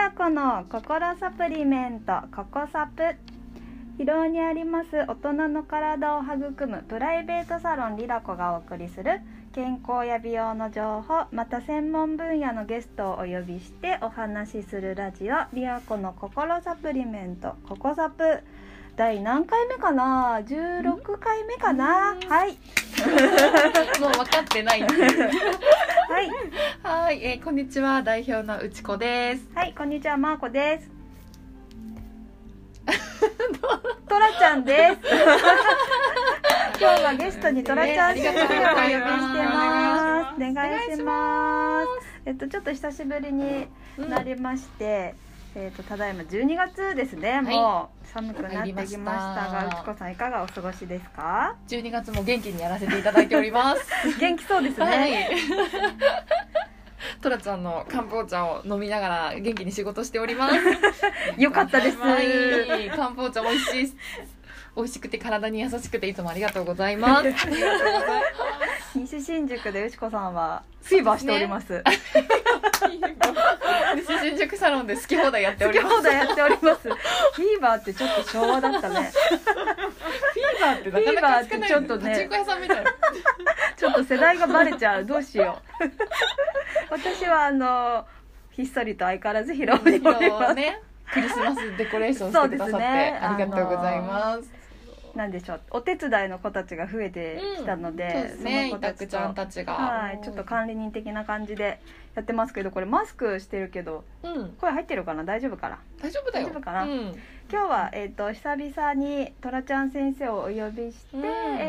ラコの心サプリメントココサプ。広尾にあります大人の体を育むプライベートサロンリラコがお送りする健康や美容の情報、また専門分野のゲストをお呼びしてお話しするラジオ、リラコの心サプリメントココサプ。第何回目かな、16回目かな。はいもう分かってないはい、こんにちは、代表の内子です。 はい、こんにちは、まーこです。トラちゃんです今日はゲストにトラちゃん先生をお呼びしてます。お願いします。ちょっと久しぶりになりまして、ただいま12月ですね。もう寒くなってきましたが、内子さんいかがお過ごしですか ？12月も元気にやらせていただいております元気そうですね、はい、 トラちゃんの漢方茶を飲みながら元気に仕事しておりますよかったです。 漢方茶美味しい、美味しくて体に優しくていつもありがとうございます西新宿で内子さんはフィーバーしております。 西新宿サロンで好き放題やっております。 好き放題やっております。フィーバーってちょっと昭和だったね。 フィーバーってなかなか聞かないよね。パチンコ屋さんみたいな。 ちょっと世代がバレちゃう。どうしよう。私はひっそりと相変わらず広尾におります。 ね、クリスマスデコレーションしてくださって、ありがとうございます。 なんでしょう、お手伝いの子たちが増えてきたので、 そうですね、 その子たちとちゃんたちが、 はい、ちょっと管理人的な感じでやってますけど、これマスクしてるけど、声入ってるかな、大丈夫かな。 大丈夫だよ。 大丈夫かな。今日は久々にトラちゃん先生をお呼びして、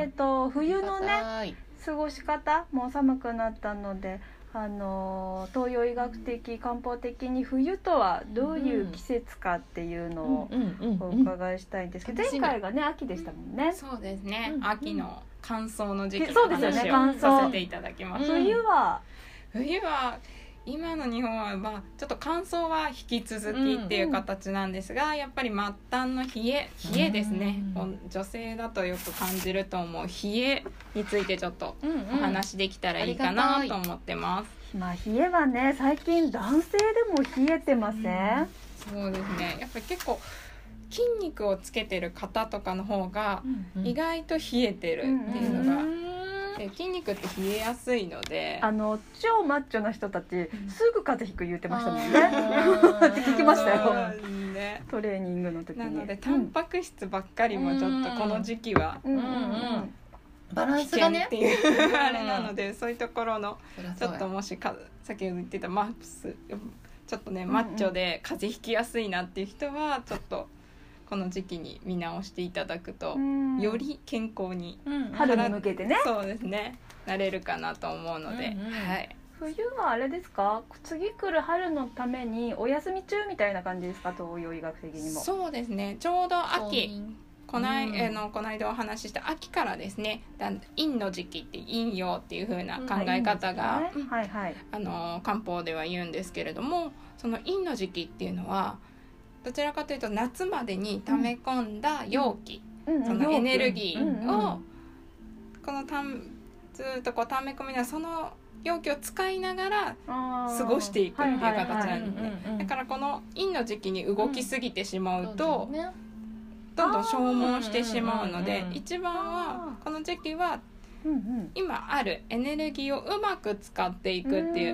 冬のね過ごし方、もう寒くなったので、東洋医学的漢方的に冬とはどういう季節かっていうのをお伺いしたいんですけど、前回がね秋でしたもんね。 そうですね、秋の乾燥の時期の話をさせていただきます。 冬は今の日本は、ちょっと乾燥は引き続きっていう形なんですが、やっぱり末端の冷えですね、女性だとよく感じると思う冷えについてちょっとお話できたらいいかなと思ってます。 冷えはね、最近男性でも冷えてません？ そうですね、やっぱり結構筋肉をつけてる方とかの方が意外と冷えてるっていうのが、筋肉って冷えやすいので、 超マッチョな人たち、すぐ風邪ひく言ってましたもんねって聞きましたよ、ね、トレーニングの時に。 なのでタンパク質ばっかりもちょっとこの時期はバランスがねっていうあれなので、そういうところのちょっともし先ほど言ってたマップスちょっとねマッチョで風邪ひきやすいなっていう人はちょっとこの時期に見直していただくと、より健康に、 春に向けてね、 そうですね、なれるかなと思うので、はい。 冬はあれですか、次来る春のためにお休み中みたいな感じですか、東洋医学的にも。 そうですね、ちょうど秋、この間お話しした秋からですね、陰の時期って陰陽っていう風な考え方が漢方では言うんですけれども、その陰の時期っていうのはどちらかというと夏までに溜め込んだ陽気、そのエネルギーをずっと溜め込みながら、その陽気を使いながら過ごしていくっていう形なんですね。だからこの陰の時期に動きすぎてしまうと、どんどん消耗してしまうので、一番はこの時期は今あるエネルギーをうまく使っていくっていう、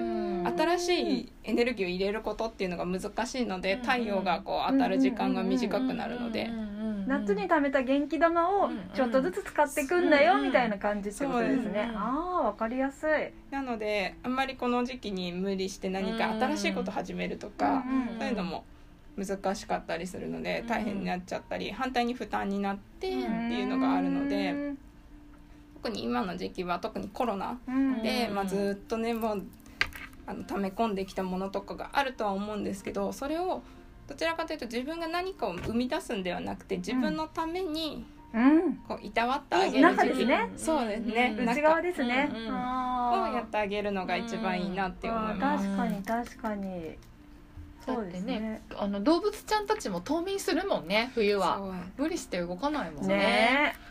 新しいエネルギーを入れることっていうのが難しいので、太陽がこう当たる時間が短くなるので、 夏に貯めた元気玉をちょっとずつ使っていくんだよみたいな感じってことですね。わかりやすい。 なのであんまりこの時期に無理して何か新しいこと始めるとか、そういうのも難しかったりするので大変になっちゃったり、反対に負担になってっていうのがあるので、特に今の時期は特にコロナで、ずっとねもう溜め込んできたものとかがあるとは思うんですけど、それをどちらかというと自分が何かを生み出すんではなくて、自分のためにこういたわってあげる時期、そうですね、 内側ですね、 をやってあげるのが一番いいなって思います。 確かにそうですね。動物ちゃんたちも冬眠するもんね、冬は。無理して動かないもんね。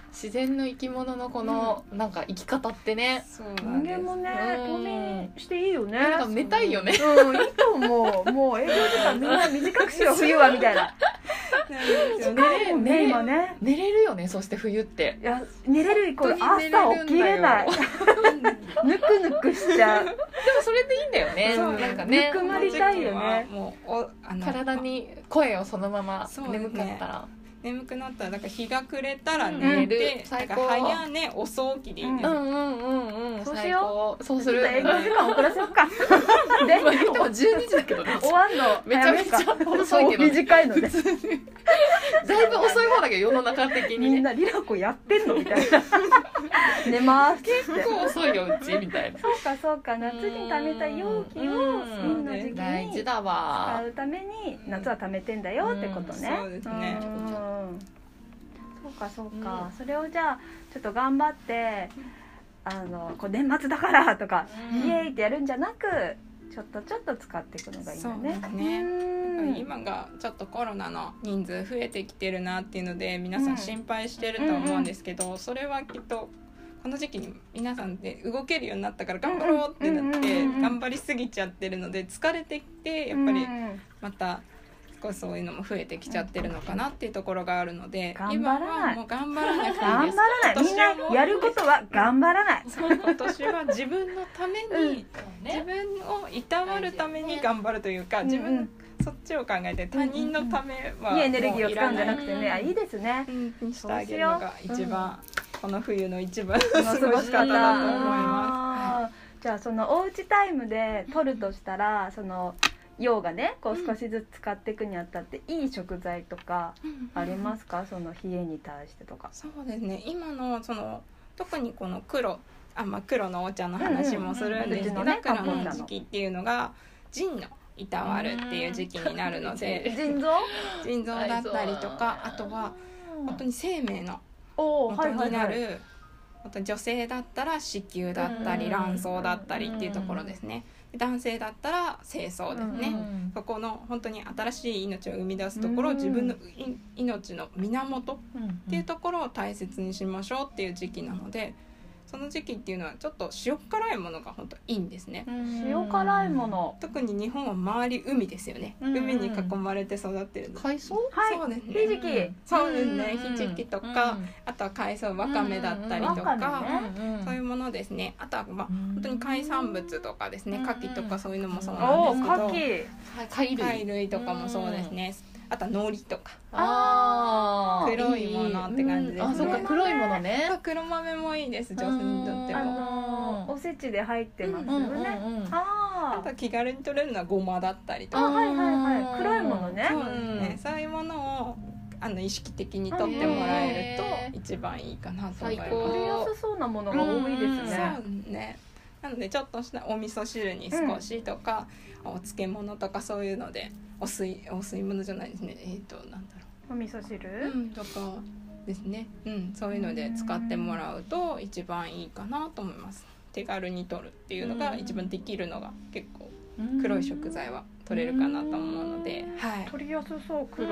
自然の生き物のこのなんか生き方ってね、 そうなんです。 人間もねうん冬眠していいよね。 なんか寝たいよね。 うん、いいと思う。もう営業時間みんな短くしよう冬はみたいな。 なんですよね。 もうね今ね。 寝れるよね。そして冬っていや寝れるイコール本当に寝れるんだよ朝起きれない。ぬくぬくしちゃう。 でもそれでいいんだよね。 そうなんかね、 ぬくまりたいよね。 もう体に声をそのままそうですね眠かったら、 眠くなったらだから日が暮れたらうん寝寝るて、 最高だから早寝遅起きでいいんですよ。 うんうんうんうん、 そうし最よ高。そうする。 ちょっと営業時間遅らせようか。でまあ言っても12時だけどね。 終わんのめちゃめちゃ早めか遅いけどね短いので。 だいぶ遅い方だけど世の中的にね。 みんなリラコやってんのみたいな。寝ますって。 結構遅いようちみたいな。 そうかそうか、夏に貯めた容器をうん次の時期に使大事だわ。 うために夏は貯めてんだよってことね。 そうですねうんそうかそうか、それをじゃあちょっと頑張ってこう年末だからとか、 うんイエーイってやるんじゃなくちょっと使っていくのがいいんだね。 そうですねうん今がちょっとコロナの人数増えてきてるなっていうので皆さん心配してると思うんですけど、それはきっとこの時期に皆さんで動けるようになったから頑張ろうってなって頑張りすぎちゃってるので疲れてきてやっぱりまた少しそういうのも増えてきちゃってるのかなっていうところがあるので、 頑張らない今はもう頑張らなくていいです。 頑張らない。みんなやることは頑張らない。 そう今年は自分のために、自ね。 分をいたわるために頑張るというか、自分そっちを考えて他人のためはいいエネルギーを使うんじゃなくてね、 もういらないいいですね。 にしてあげるのが一番、この冬の一番の過過ごし方だと思いまあーじゃあそのおうちタイムで取るとしたら、その陽がねこう少しずつ使っていくにあたっていい食材とかす。 ありますか？その冷えに対してとか。 そうですね。今のその特にこの黒のお茶の話もするんですけど、 うんうんうんうちのね黒の時期っていうのが腎のいたわるっていう時期になるので、 腎臓？ 腎臓だったりとか、あとは本当に生命のおー元になはいはいはいる、あと女性だったら子宮だったり卵巣だったりっていうところですね。男性だったら精巣ですね。そこの本当に新しい命を生み出すところ、自分の命の源っていうところを大切にしましょうっていう時期なので、その時期っていうのはちょっと塩辛いものが本当いいんですね。 塩辛いもの。 特に日本は周り海ですよね。 うん海に囲まれて育ってるので、 海藻？ はい。 そうですね。 ひじき。 そうですね。 うんひじきとか、あとは海藻わかめだったりとか、 わかめねそういうものですね。あとはまあ本当に海産物とかですね。 うん牡蠣とかそういうのもそうおおなんですけど、 牡蠣。 貝類。 貝類とかもそうですね。あとは海苔とかあー黒いものって感じですね。 あ、そっか、黒いものね。 黒豆もいいです。女性にとっても。 おせちで入ってますようんうんね。 うんああとは気軽に取れるのはごまだったりとあ、 か。 はいはいはい。黒いものね。 そうですね。そういうものを意識的に取ってもらえると一番いいかなと思います。 最高取りやすそうなものが多いですね。 そうね。なのでちょっとしたお味噌汁に少しとか、お漬物とかそういうのでお吸い物じゃないですね。なんだろお味噌汁？ う。とかですね。そういうので使ってもらうと一番いいかなと思います。手軽に取るっていうのが一番できるのが結構黒い食材は取れるかなと思うので、はい。 取りやすそう黒。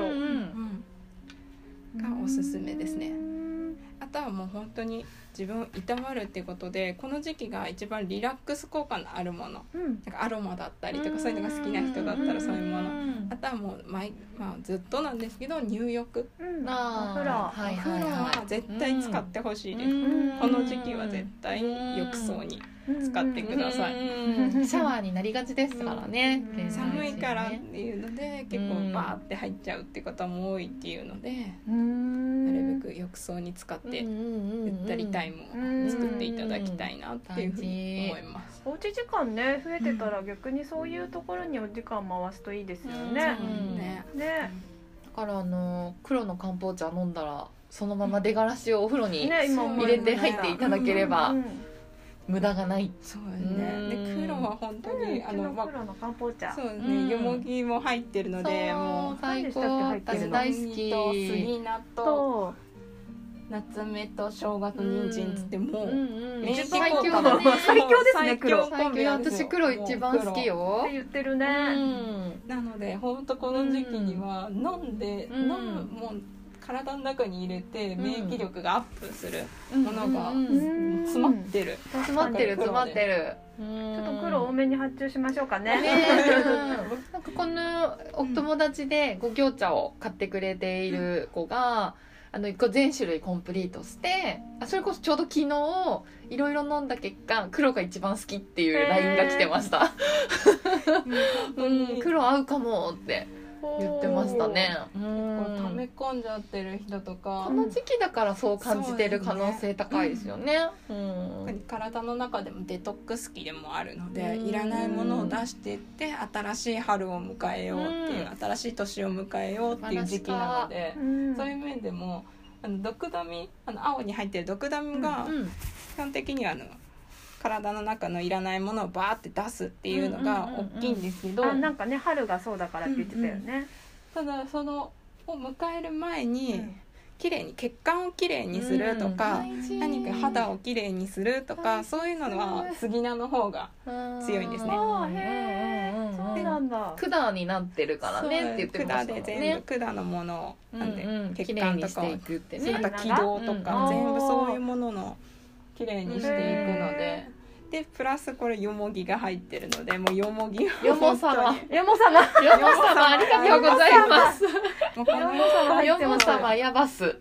がおすすめですね。あとはもう本当に自分をいたわるっていうことで、この時期が一番リラックス効果のあるもの、なんかアロマだったりとかそういうのが好きな人だったらそういうもの、あとはもうずっとなんですけど入浴、 お風呂。 はいお風呂は絶対使ってほしいです。この時期は絶対浴槽に使ってください。 シャワーになりがちですからね。 寒いからっていうので結構バーって入っちゃうって方も多いっていうので、なるべく浴槽に使ってゆったりタイムを作っていただきたいなっていうふうに思います。 おうち時間ね増えてたら逆にそういうところにお時間回すといいですよね。ね。 だから黒の漢方茶飲んだらそのまま出がらしをお風呂にね今入れて入っていただければ無駄がない。 そうですね。で黒は本当に黒の漢方茶。 そうですね。よもぎも入ってるのでもう最高。 私大好き。 杉菜と夏目と生姜と人参つってもう最強だね。 最強ですね黒。 最強。私黒一番好きよ。 って言ってるね。 なので本当この時期には飲んでもう体の中に入れて免疫力がアップするものが詰まってる、 詰まってるちょっと黒多めに発注しましょうかね。 なんかこのお友達で五行茶を買ってくれている子が一個全種類コンプリートして、それこそちょうど昨日いろいろ飲んだ結果黒が一番好きっていう LINE が来てました。黒合うかもって言ってましたね。 溜め込んじゃってる人とかこの時期だからそう感じてる可能性高いですよね。 体の中でもデトックス期でもあるので、いらないものを出していって新しい春を迎えようっていう、新しい年を迎えようっていう時期なので、そういう面でも毒ダミ青に入ってる毒ダミが基本的には体の中のいらないものをバーって出すっていうのが大きいんですけど、 なんかね春がそうだからって言ってたよね。 ただそのを迎える前に、きれいに血管をきれいにするとか、何か肌をきれいにするとか、そういうのは杉菜の方が強いんですね。 そうなんだ。 管になってるからねって言ってましたもんね。 管で全部管のものをなんで血管とかきれいにしていくってね。 あと気道とか全部そういうもののきれいにしていくので。でプラスこれよもぎが入ってるので、もうよもぎをよも様ありがとうございます。 もうこのよも様やばす。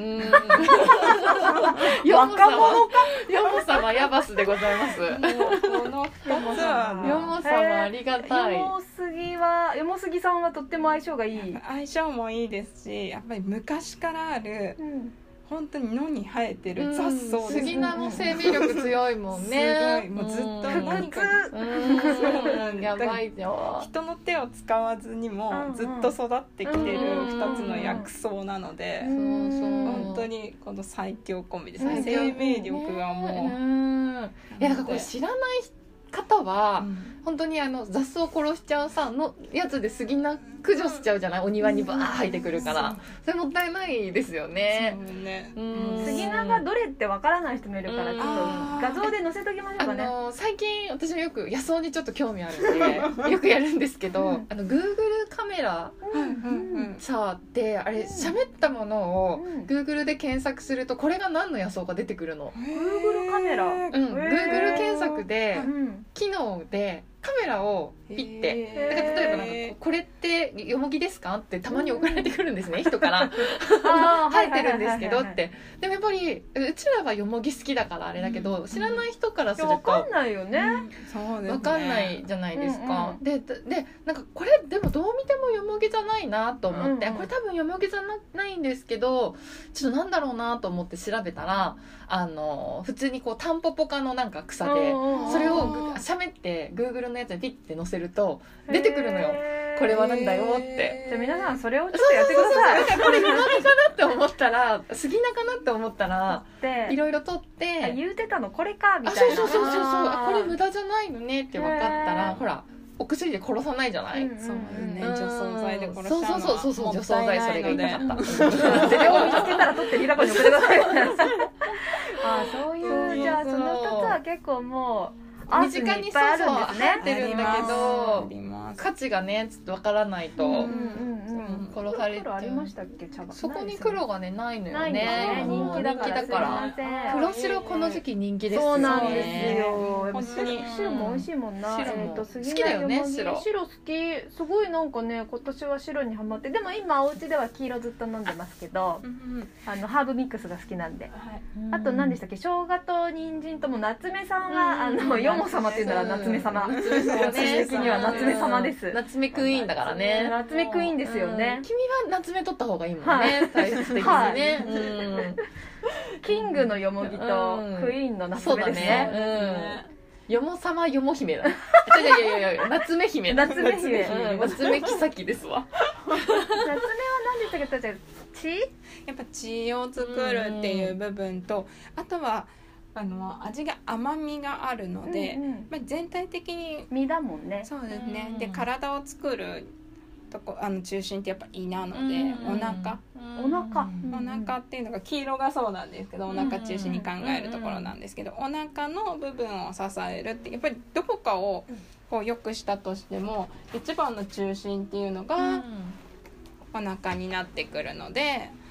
若者か。 よも様やばすでございます。 この2つはよも様ありがたい。 よもすぎさんはとっても相性がいい。 相性もいいですし、やっぱり昔からある、本当に野に生えてる雑草です。 杉菜も生命力強いもんね。 すごい、もうずっと何かやばいよ。 人の手を使わずにもずっと育ってきてる2つの薬草なので、本当にこの最強コンビですね。生命力がもう、いやだからこれ知らない方は本当に雑草殺しちゃうさのやつで杉菜駆除しちゃうじゃない、お庭にバー生えてくるから、それもったいないですよね。 杉菜がどれってわからない人もいるから、ちょっと画像で載せときましょうかね。 最近私もよく野草にちょっと興味あるんでよくやるんですけど、Google カメラさであれ喋ったものを Google で検索するとこれが何の野草か出てくるの。 Google カメラ、 Google 検索で機能でカメラをピッて、だから例えばなんかこれってよもぎですかってたまに送られてくるんですね、人から生えてるんですけどって。でもやっぱりうちらはよもぎ好きだからあれだけど、知らない人からすると分かんないよね。 分かんないじゃないですか。でなんかこれでもどう見てもよもぎじゃないなと思って、これ多分よもぎじゃないんですけどちょっとなんだろうなと思って調べたら、普通にこうタンポポ科のなんか草で、それをしゃべって Google のやつにピッて載せると出てくるのよ。これはなんだよって。 じゃあ皆さんそれをちょっとやってください。 だからこれよもぎかなって思ったら杉菜かなって思ったらいろいろ撮って言うてたのこれかみたいな。 そうこれ無駄じゃないのねって分かったら、ほらお薬で殺さないじゃない。 そうですね、除草剤で殺しちゃうのはそう除草剤、それが言いたかった。 それを見つけたら取ってリラコに送ってください。そういう、じゃあその2つは結構もう身近に生えてるんだけど価値がねちょっとわからないと殺されて、 黒ありましたっけ、茶葉。 そこに黒がねないのよね。 人気だから黒白この時期人気ですよね。 そうなんですよ。本当に白も美味しいもんな。 好きだよね。白好き、すごいなんかね今年は白にハマって、でも今お家では黄色ずっと飲んでますけど、ハーブミックスが好きなんで。あと何でしたっけ、生姜と人参とも夏目さんはよも様っていうなら夏目様、私的には夏目様です。 夏目クイーンだからね。 夏目クイーンですよね。 君は夏目取った方がいいもんね、体質的にね。 キングのよもぎとクイーンの夏目ですね。 よも様よも姫だ。いや夏目姫。 夏目姫。 夏目妃ですわ。 夏目は何でしたっけ、血？ やっぱ血を作るっていう部分と、あとは味が甘みがあるので、全体的に身だもんね。 そうですね。で体を作るとこ中心ってやっぱ胃なので、お腹っていうのが黄色がそうなんですけど、お腹中心に考えるところなんですけど、お腹の部分を支えるってやっぱりどこかをこう良くしたとしても一番の中心っていうのがお腹になってくるので、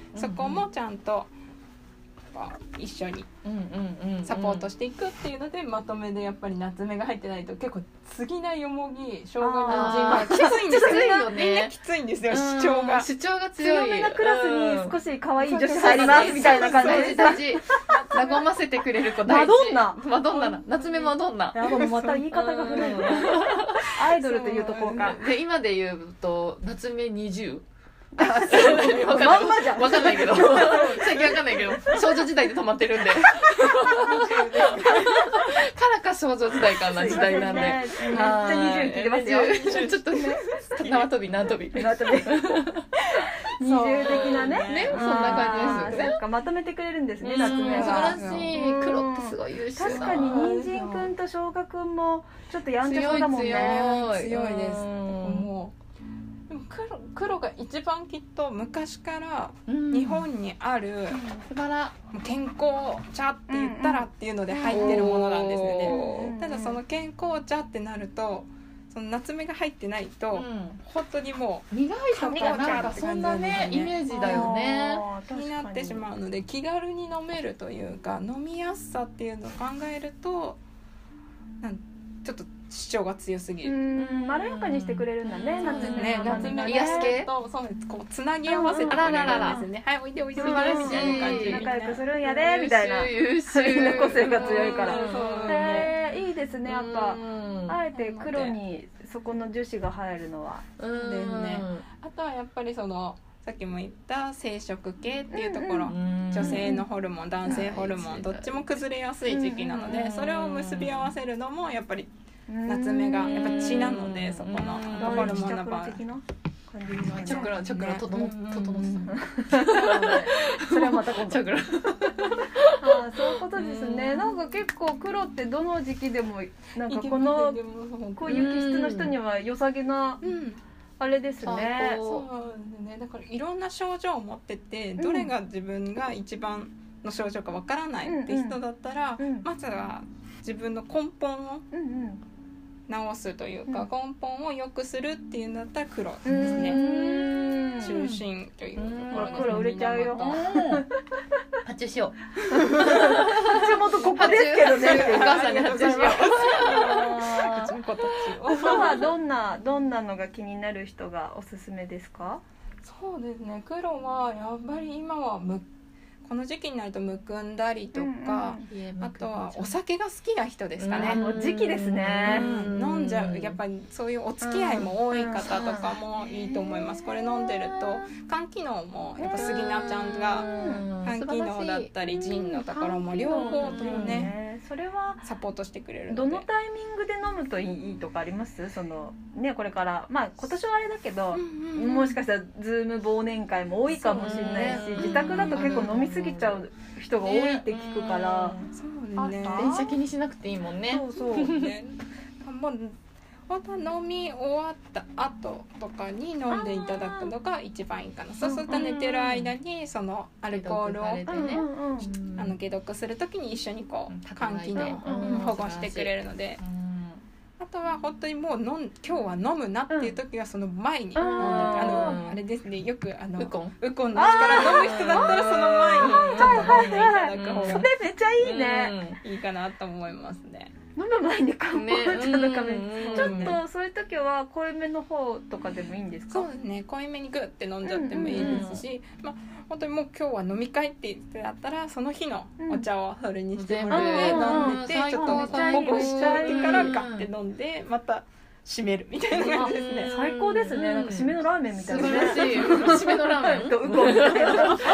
そこもちゃんと一緒にサポートしていくっていうので、まとめでやっぱり夏目が入ってないと結構次なよもぎ生姜人参はきついんですよね。みんなきついんですよ、主張が強い。 強めなクラスに少し可愛い女子入りますみたいな感じで大事和ませてくれる子大事。マドンナ夏目マドンナ。 やば、もうまた言い方が古いのね。アイドルというところか。 で今で言うと夏目20。 まんまじゃん。 わかんないけど最近わかんないけど少女時代で止まってるんでからか少女時代かな時代なんで、 めっちゃ20聞いてますよ。 ちょっとね縄跳び二重的なね。 そんな感じですよね。 そうか、まとめてくれるんですね、夏目が。 素晴らしい。黒ってすごい優秀だ。 確かに人参くんと生姜くんもちょっとやんちゃそうだもんね。 強いです。もう黒が一番きっと昔から日本にある健康茶って言ったらっていうので入ってるものなんですよね。ただその健康茶ってなるとその夏目が入ってないと本当にもう苦いとかなんかそんなねイメージだよねになってしまうので、気軽に飲めるというか飲みやすさっていうのを考えるとちょっと主張が強すぎる。 まろやかにしてくれるんだね、夏目ね。 夏目癒す系とそうです。こうつなぎ合わせてくれるんですね。はい、おいでおいでおいでみたいな感じ。 仲良くするんやでみたいな。 優秀。 みんな個性が強いから。いいですね、やっぱあえて黒にそこの樹脂が入るのは。 ですね。あとはやっぱりそのさっきも言った生殖系っていうところ、女性のホルモン男性ホルモンどっちも崩れやすい時期なので、それを結び合わせるのもやっぱり夏目がやっぱ血なので、そこのホルモンの場合チャクラ整ってた。 それはまた今度。 チャクラ。 そういうことですね。なんか結構黒ってどの時期でもなんかこういう気質の人には良さげなあれですね。 そうですね。だからいろんな症状を持ってて、どれが自分が一番の症状かわからないって人だったら、まずは自分の根本を直すというか、根本を良くするっていうんだったら黒ですね。中心というところですね。 黒売れちゃうよ。 発注しよう。 発注元ここですけどね。 お母さんに発注しよう。 黒はどんなのが気になる人がおすすめですか？ そうですね。黒はやっぱり今はこの時期になるとむくんだりとか、あとはお酒が好きな人ですかね。 もう時期ですね。 飲んじゃう、やっぱりそういうお付き合いも多い方とかもいいと思います。これ飲んでると肝機能もやっぱ杉菜ちゃんが肝機能だったり腎のところも両方ともね、 それはサポートしてくれるので。 どのタイミングで飲むといいとかあります？そのね、これからまあ今年はあれだけど、もしかしたらズーム忘年会も多いかもしれないし、自宅だと結構飲みすぎちゃう人が多いって聞くから、 そうですね。 電車気にしなくていいもんね。 そうね。 もう本当飲み終わった後とかに飲んでいただくのが一番いいかな。そうすると寝てる間にそのアルコールを解毒するときに一緒にこう肝機能保護してくれるので。あとは本当にもう今日は飲むなっていう時はその前に飲んで、あれですね、よくウコンの力飲む人だったらその前にちょっと飲んでいただく方がそれめっちゃいいね。 いいかなと思いますね。 飲む前に漢方茶とかちょっとそういう時は濃いめの方とかでもいいんですか？ そうですね、濃いめにグッて飲んじゃってもいいですし、本当にもう今日は飲み会って言ってだったらその日のお茶をそれにしてもらって飲んでて、ちょっと保護しちゃってからガッて飲んでまた締めるみたいな感じですね。 最高ですね。なんか締めのラーメンみたいな。 素晴らしい。締めのラーメンとウコンみたいな。 って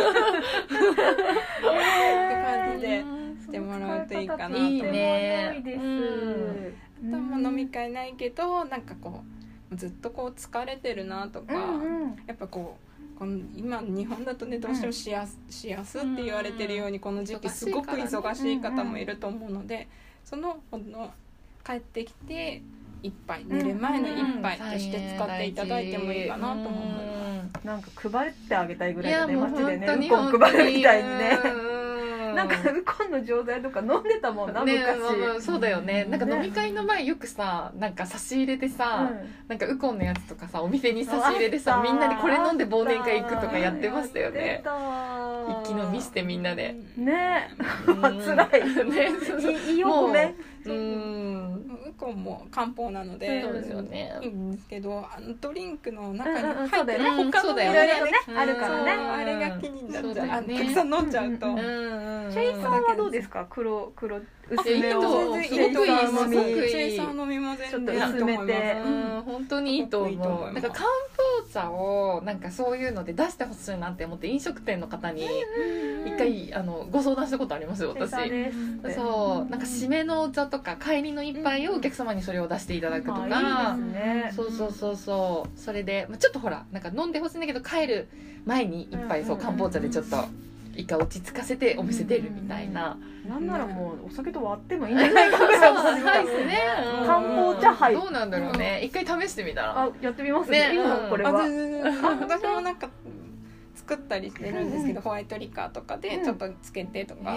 感じでしてもらうといいかなと思います。 いいね。 いいです。 あとも飲み会ないけどなんかこうずっとこう疲れてるなとか、やっぱこう今日本だとねどうしてもしやすって言われてるようにこの時期すごく忙しい方もいると思うので、その帰ってきて一杯寝る前の一杯として使っていただいてもいいかなと思います。 なんか配ってあげたいぐらいだね、街でねウコン配るみたいにね。 なんかウコンの錠剤とか飲んでたもんな、 ね、 昔。 そうだよね。なんかね飲み会の前よくさ、なんか差し入れでさ、なんかウコンのやつとかさ、お店に差し入れでさ、みんなでこれ飲んで忘年会行くとかやってましたよね。一気飲みしてみんなで。 ね、辛い。 ね、 いいお米。 ウコンも漢方なので、 そうですよね。 いいんですけど、ドリンクの中に入そうだってるよね。 他のいろいろねあるからね。 あれが気になっちゃう。 ねたくさん飲んじゃうと。 シェイさんはどうですか？黒薄めをすごくいい、すごくいい。 チェイサー飲みも全然いいと思います。 本当にいいと思う。なんか漢方茶をなんかそういうので出してほしいなって思って飲食店の方に一回ご相談したことありますよ、私。そう、なんか締めのお茶とか帰りの一杯をお客様にそれを出していただくとか、そうそれでちょっとほらなんか飲んでほしいんだけど帰る前に一杯そう漢方茶でちょっと一回落ち着かせてお店出るみたいな。 なんならもうお酒と割ってもいいんじゃないかぐらいそうですね。 漢方茶杯どうなんだろうね。一回試してみたら。 やってみますね。今これは。 私もなんか作ったりしてるんですけど、ホワイトリカーとかでちょっとつけてとか。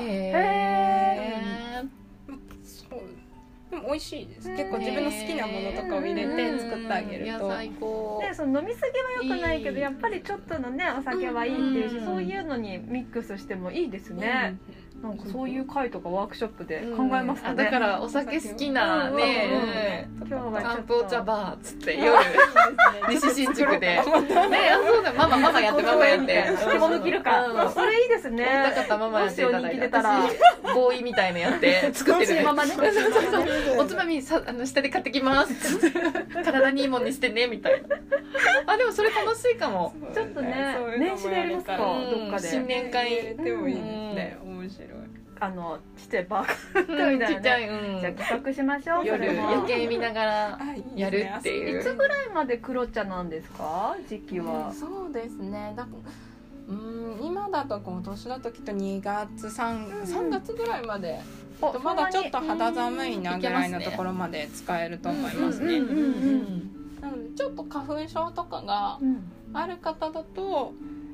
そう。でも美味しいです。結構自分の好きなものとかを入れて作ってあげると。 最高。 で、その飲みすぎは良くないけど、やっぱりちょっとのねお酒はいいっていうし、そういうのにミックスしてもいいですね。なんかそういう会とかワークショップで考えますかね。 だからお酒好きなね、 今日は漢方茶バーっつって夜西新宿で、そうだ、ママやって紐切るか。それいいですね。 なかったママやっていただいて、ボーイみたいなやって作ってるね。おつまみ下で買ってきます体にいいもんにしてねみたいな。でもそれ楽しいかも。 ちょっとね、年始でやりますか、どっかで。 新年会でもいいですね。面白い。 ちっちゃいバーみたいなね。じゃあ企画しましょう。 夜夜景見ながらやるっていう。 いつぐらいまで黒茶なんですか？時期は。 そうですね。今だと今年だときっと2月3月ぐらいまで。まだちょっと肌寒いなぐらいのところまで使えると思いますね。なのでちょっと花粉症とかがある方だと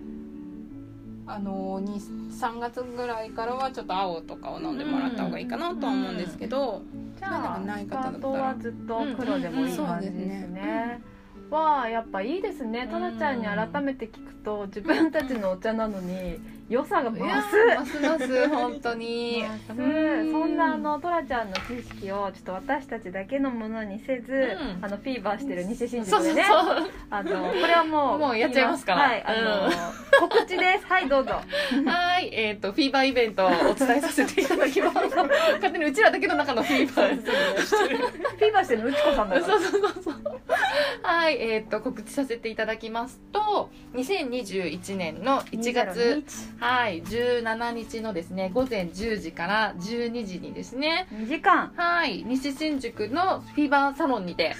3月ぐらいからはちょっと青とかを飲んでもらった方がいいかなとは思うんですけど、 じゃあスタートはずっと黒でもいい感じですね。はやっぱいいですね。タナちゃんに改めて聞くと自分たちのお茶なのに良さが増す本当に。 そんなトラちゃんの知識をちょっと私たちだけのものにせず、フィーバーしてる西新宿でね、これはもうやっちゃいますから。はい、 告知です。はい、どうぞ。 はい、フィーバーイベントをお伝えさせていただきます。勝手にうちらだけの中のフィーバーフィーバーしてるのうちこさんだから。 そうはい、告知させていただきますと、2021年の1月はい17日のですね午前10時から12時にですね 2時間はい西新宿のフィーバーサロンにて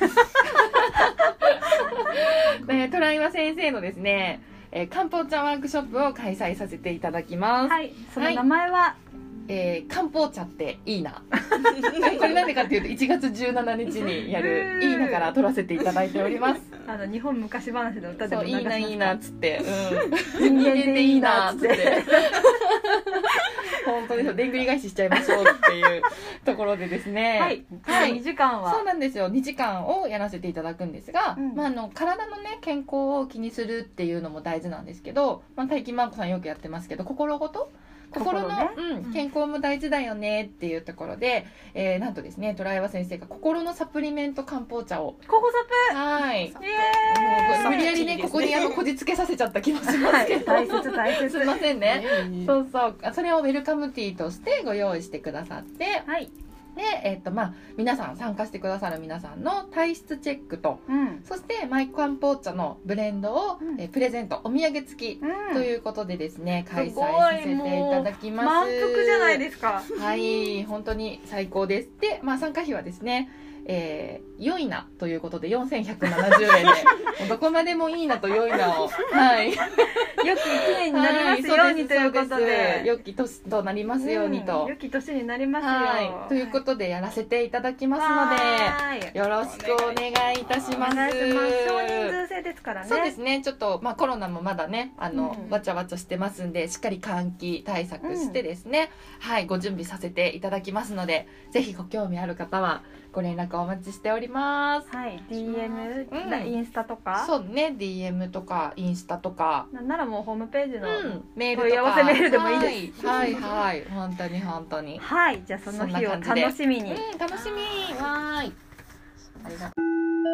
トライワ先生のですね漢方茶ワークショップを開催させていただきます。 はい、その名前は、 漢方茶っていいなこれなんでかっていうと1月17日にやるいいなから撮らせていただいております。 日本昔話の歌でも流しますか？ いいなっつって、 人間でいいなっつって本当にでんぐり返ししちゃいましょうっていうところでですね、 はい、2時間はそうなんですよ。2時間をやらせていただくんですが、体のね健康を気にするっていうのも大事なんですけど、大金マーコさんよくやってますけど心の、健康も大事だよねっていうところで、なんとですねトライワ先生が心のサプリメント漢方茶をココサプはい無理やりねここにこじつけさせちゃった気もしますけど、 大切すいませんね。そうそれをウェルカムティーとしてご用意してくださって、 はいで皆さん参加してくださる皆さんの体質チェックと、そしてマイ漢方茶のブレンドを、プレゼントお土産付きということでですね、開催させていただきます。 満腹じゃないですか。 はい本当に最高です。で参加費はですね良いなということで4170円でどこまでもいいなと良いなをはい良き1年になりますようにということで、 良き年となりますようにと、 良き年になりますよ、 はい、ということでやらせていただきますのでよろしくお願いいたします。 お願いします。少人数制ですからね。 そうですね、ちょっと、コロナもまだねわちゃわちゃしてますんで、しっかり換気対策してですね、はい、ご準備させていただきますので、ぜひご興味ある方はご連絡お待ちしております。 はい、DM、インスタとか、 そうね、DM とかインスタとか、 なんならもうホームページのメールとか問い合わせメールでもいいです。 はいはい、本当に本当に。 はい、じゃあその日を楽しみに。 楽しみ。わーい。ありがとう。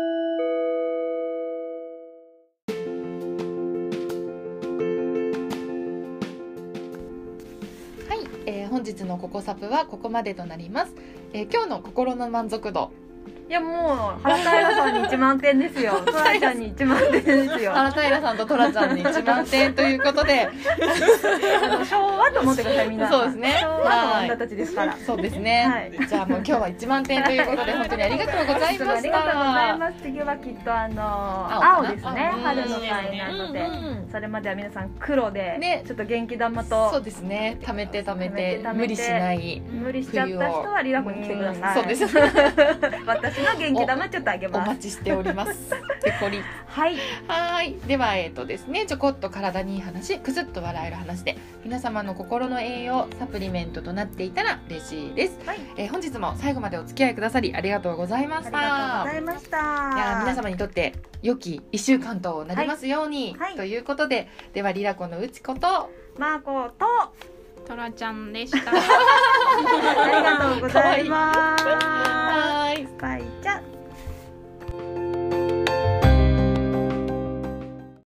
本日のココサプはここまでとなります。今日の心の満足度、 いやもう原平さんに1万点ですよ。トラちゃんに1万点ですよ。 原平さんとトラちゃんに1万点ということで昭和と思ってください、みんな。 そうですね、 昭和の女たちですから。 そうですね、じゃあもう今日は1万点ということで本当にありがとうございました。 ありがとうございます。次はきっと青ですね、春の会なので、それまでは皆さん黒でちょっと元気玉と、 そうですね、貯めて無理しない、 無理しちゃった人はリラコに来てください。 そうです私の元気玉ちょっとあげます。 お待ちしております。ペコリ。はい。ではですね、ちょこっと体にいい話、くすっと笑える話で皆様の心の栄養サプリメントとなっていたら嬉しいです。本日も最後までお付き合いくださりありがとうございました。 ありがとうございました。 いや皆様にとって良き1週間となりますように、ということで、ではリラコのうちことマーコとトラちゃんでした。 ありがとうございます。